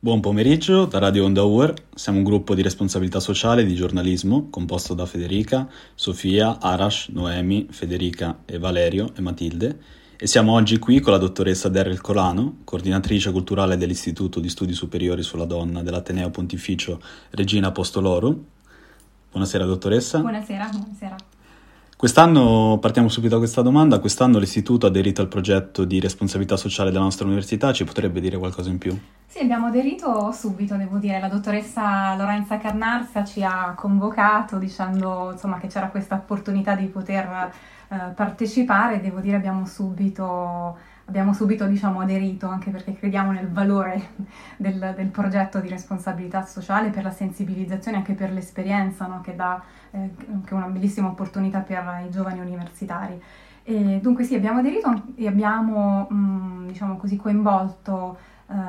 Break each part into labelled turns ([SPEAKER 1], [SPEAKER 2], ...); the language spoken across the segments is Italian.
[SPEAKER 1] Buon pomeriggio da Radio Onda UR, siamo un gruppo di responsabilità sociale e di giornalismo composto da Federica, Sofia, Arash, Noemi, Federica e Valerio e Matilde e siamo oggi qui con la dottoressa Daryl Colano, coordinatrice culturale dell'Istituto di Studi Superiori sulla Donna dell'Ateneo Pontificio Regina Apostolorum. Buonasera dottoressa.
[SPEAKER 2] Buonasera.
[SPEAKER 1] Quest'anno, partiamo subito da questa domanda, quest'anno l'Istituto ha aderito al progetto di responsabilità sociale della nostra università, ci potrebbe dire qualcosa in più?
[SPEAKER 2] Sì, abbiamo aderito subito, devo dire. La dottoressa Lorenza Carnarsa ci ha convocato dicendo che c'era questa opportunità di poter partecipare. Devo dire abbiamo subito aderito, anche perché crediamo nel valore del progetto di responsabilità sociale, per la sensibilizzazione, anche per l'esperienza, no? Che dà che è una bellissima opportunità per i giovani universitari. E dunque sì, abbiamo aderito e abbiamo coinvolto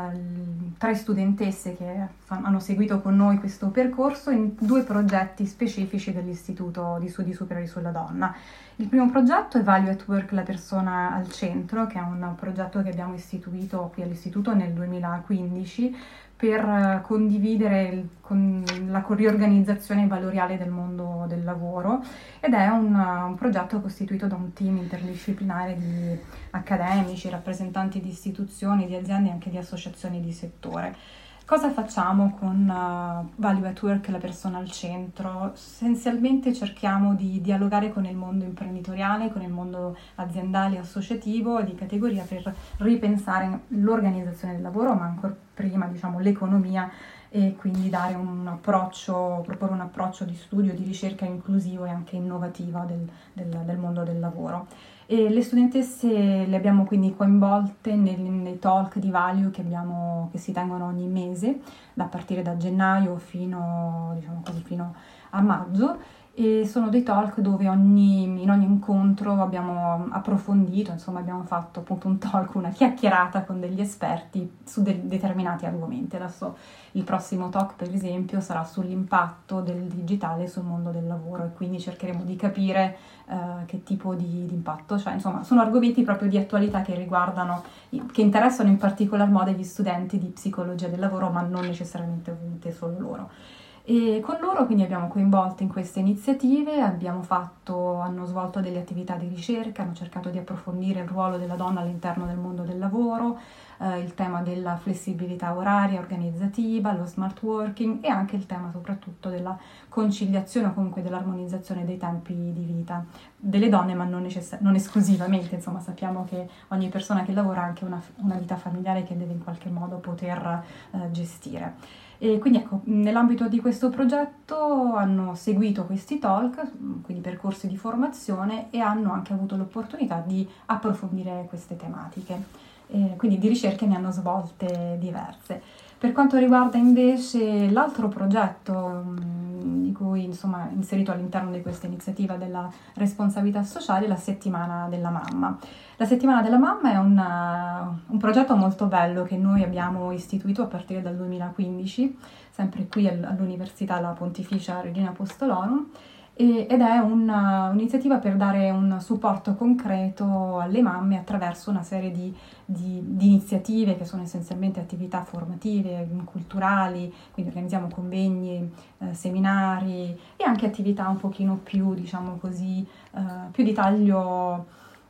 [SPEAKER 2] 3 studentesse che hanno seguito con noi questo percorso in 2 progetti specifici dell'Istituto di Studi Superiori sulla Donna. Il primo progetto è Value at Work, la persona al centro, che è un progetto che abbiamo istituito qui all'Istituto nel 2015 per condividere la riorganizzazione valoriale del mondo del lavoro, ed è un progetto costituito da un team interdisciplinare di accademici, rappresentanti di istituzioni, di aziende e anche di associazioni di settore. Cosa facciamo con Value at Work, la persona al centro? Essenzialmente cerchiamo di dialogare con il mondo imprenditoriale, con il mondo aziendale, associativo e di categoria, per ripensare l'organizzazione del lavoro, ma ancora prima l'economia, e quindi proporre un approccio di studio, di ricerca inclusivo e anche innovativo del mondo del lavoro. E le studentesse le abbiamo quindi coinvolte nei talk di Value che si tengono ogni mese, a partire da gennaio fino a maggio, e sono dei talk dove in ogni incontro abbiamo approfondito, abbiamo fatto appunto un talk, una chiacchierata con degli esperti su determinati argomenti. Adesso il prossimo talk, per esempio, sarà sull'impatto del digitale sul mondo del lavoro, e quindi cercheremo di capire che tipo di impatto, sono argomenti proprio di attualità che interessano in particolar modo gli studenti di psicologia del lavoro, ma non necessariamente solo loro. E con loro quindi abbiamo coinvolto in queste iniziative, hanno svolto delle attività di ricerca, hanno cercato di approfondire il ruolo della donna all'interno del mondo del lavoro, il tema della flessibilità oraria, organizzativa, lo smart working, e anche il tema soprattutto della conciliazione o comunque dell'armonizzazione dei tempi di vita delle donne, ma non esclusivamente. Sappiamo che ogni persona che lavora ha anche una vita familiare che deve in qualche modo poter gestire. E quindi nell'ambito di questo progetto hanno seguito questi talk, quindi percorsi di formazione, e hanno anche avuto l'opportunità di approfondire queste tematiche. Quindi di ricerche ne hanno svolte diverse. Per quanto riguarda invece l'altro progetto di cui inserito all'interno di questa iniziativa della responsabilità sociale, la Settimana della Mamma. La Settimana della Mamma è un progetto molto bello che noi abbiamo istituito a partire dal 2015, sempre qui all'Università La Pontificia Regina Apostolorum, ed è un'iniziativa per dare un supporto concreto alle mamme attraverso una serie di iniziative che sono essenzialmente attività formative, culturali, quindi organizziamo convegni, seminari e anche attività un pochino più, più di taglio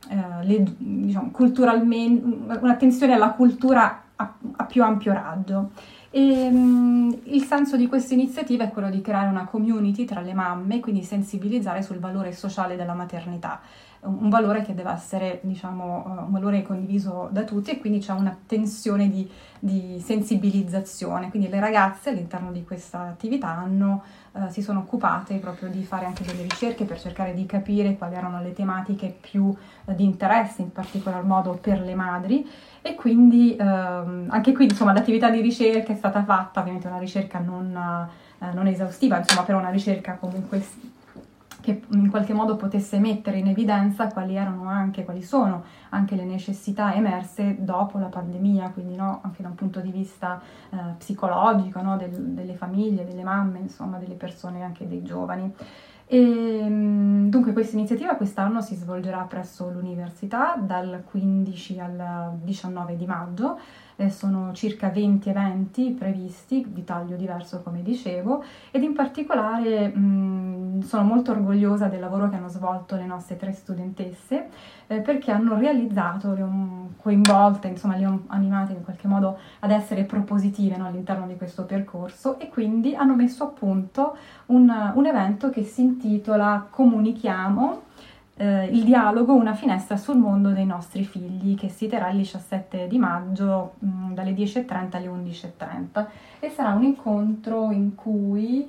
[SPEAKER 2] culturalmente, un'attenzione alla cultura a più ampio raggio. Il senso di questa iniziativa è quello di creare una community tra le mamme, quindi sensibilizzare sul valore sociale della maternità, un valore che deve essere un valore condiviso da tutti, e quindi c'è una tensione di sensibilizzazione. Quindi le ragazze all'interno di questa attività si sono occupate proprio di fare anche delle ricerche per cercare di capire quali erano le tematiche più di interesse, in particolar modo per le madri. E quindi anche qui l'attività di ricerca è stata fatta, ovviamente una ricerca non esaustiva, però una ricerca comunque che in qualche modo potesse mettere in evidenza quali sono anche le necessità emerse dopo la pandemia, quindi anche da un punto di vista psicologico, delle famiglie, delle mamme, delle persone, anche dei giovani. E dunque Dunque, questa iniziativa quest'anno si svolgerà presso l'università dal 15 al 19 di maggio. Sono circa 20 eventi previsti, di taglio diverso come dicevo, ed in particolare sono molto orgogliosa del lavoro che hanno svolto le nostre 3 studentesse, perché hanno realizzato, le ho coinvolte, insomma le ho animate in qualche modo ad essere propositive, no, all'interno di questo percorso, e quindi hanno messo a punto un evento che si intitola Comunichiamo il dialogo, una finestra sul mondo dei nostri figli, che si terrà il 17 di maggio dalle 10:30 alle 11:30, e sarà un incontro in cui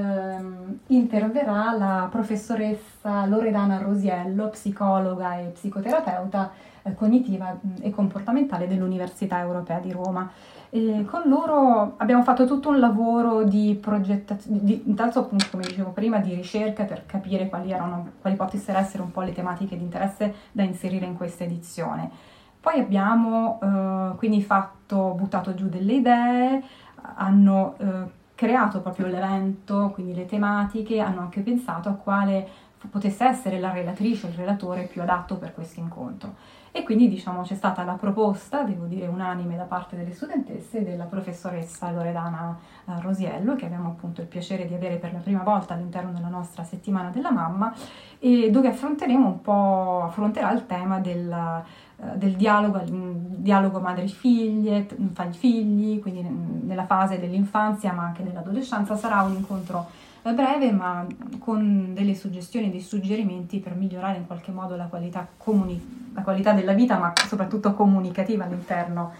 [SPEAKER 2] interverrà la professoressa Loredana Rosiello, psicologa e psicoterapeuta cognitiva e comportamentale dell'Università Europea di Roma. E con loro abbiamo fatto tutto un lavoro di progettazione, intanto appunto come dicevo prima, di ricerca per capire quali potessero essere un po' le tematiche di interesse da inserire in questa edizione. Poi abbiamo quindi buttato giù delle idee, hanno creato proprio l'evento, quindi le tematiche, hanno anche pensato a quale potesse essere la relatrice o il relatore più adatto per questo incontro. E quindi diciamo c'è stata la proposta, devo dire unanime da parte delle studentesse, della professoressa Loredana Rosiello, che abbiamo appunto il piacere di avere per la prima volta all'interno della nostra settimana della mamma, e dove affronterà il tema del dialogo madri-figlie, figli, quindi nella fase dell'infanzia ma anche dell'adolescenza. Sarà un incontro breve, ma con delle suggestioni e dei suggerimenti per migliorare in qualche modo la qualità della vita, ma soprattutto comunicativa all'interno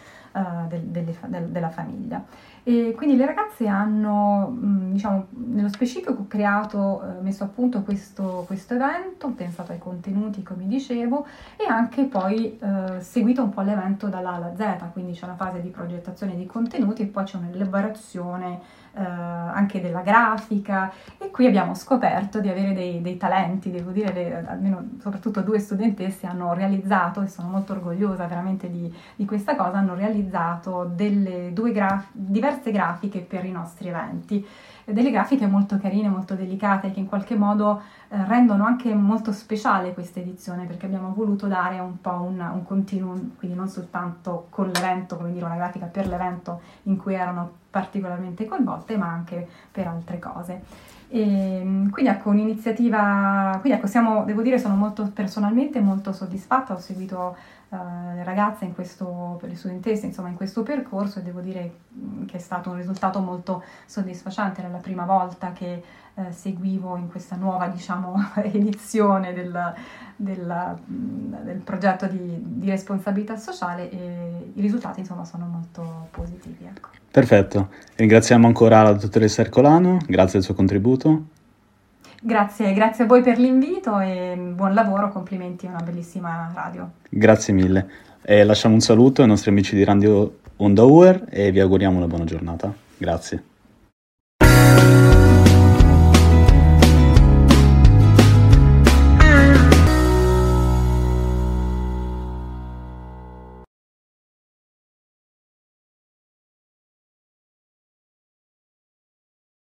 [SPEAKER 2] della famiglia. E quindi le ragazze hanno, diciamo, nello specifico messo a punto questo evento, pensato ai contenuti, come dicevo, e anche poi seguito un po' l'evento dall'A alla Z, quindi c'è una fase di progettazione di contenuti e poi c'è un'elaborazione anche della grafica, e qui abbiamo scoperto di avere dei talenti, devo dire, almeno soprattutto 2 studentesse hanno realizzato, e sono molto orgogliosa veramente di questa cosa, hanno realizzato diverse grafiche per i nostri eventi, delle grafiche molto carine, molto delicate, che in qualche modo rendono anche molto speciale questa edizione, perché abbiamo voluto dare un po' un continuum, quindi non soltanto con l'evento, come dire, una grafica per l'evento in cui erano particolarmente coinvolte, ma anche per altre cose. E quindi ecco un'iniziativa, devo dire, sono personalmente molto soddisfatta. Ho seguito le ragazze per le studentesse, insomma, in questo percorso, e devo dire che è stato un risultato molto soddisfacente. Era la prima volta che seguivo in questa nuova, diciamo, edizione del progetto di responsabilità sociale, e i risultati, insomma, sono molto positivi, ecco.
[SPEAKER 1] Perfetto, ringraziamo ancora la dottoressa Ercolano, grazie del suo contributo.
[SPEAKER 2] Grazie a voi per l'invito e buon lavoro, complimenti, a una bellissima radio.
[SPEAKER 1] Grazie mille. Lasciamo un saluto ai nostri amici di Radio Onda UR e vi auguriamo una buona giornata. Grazie.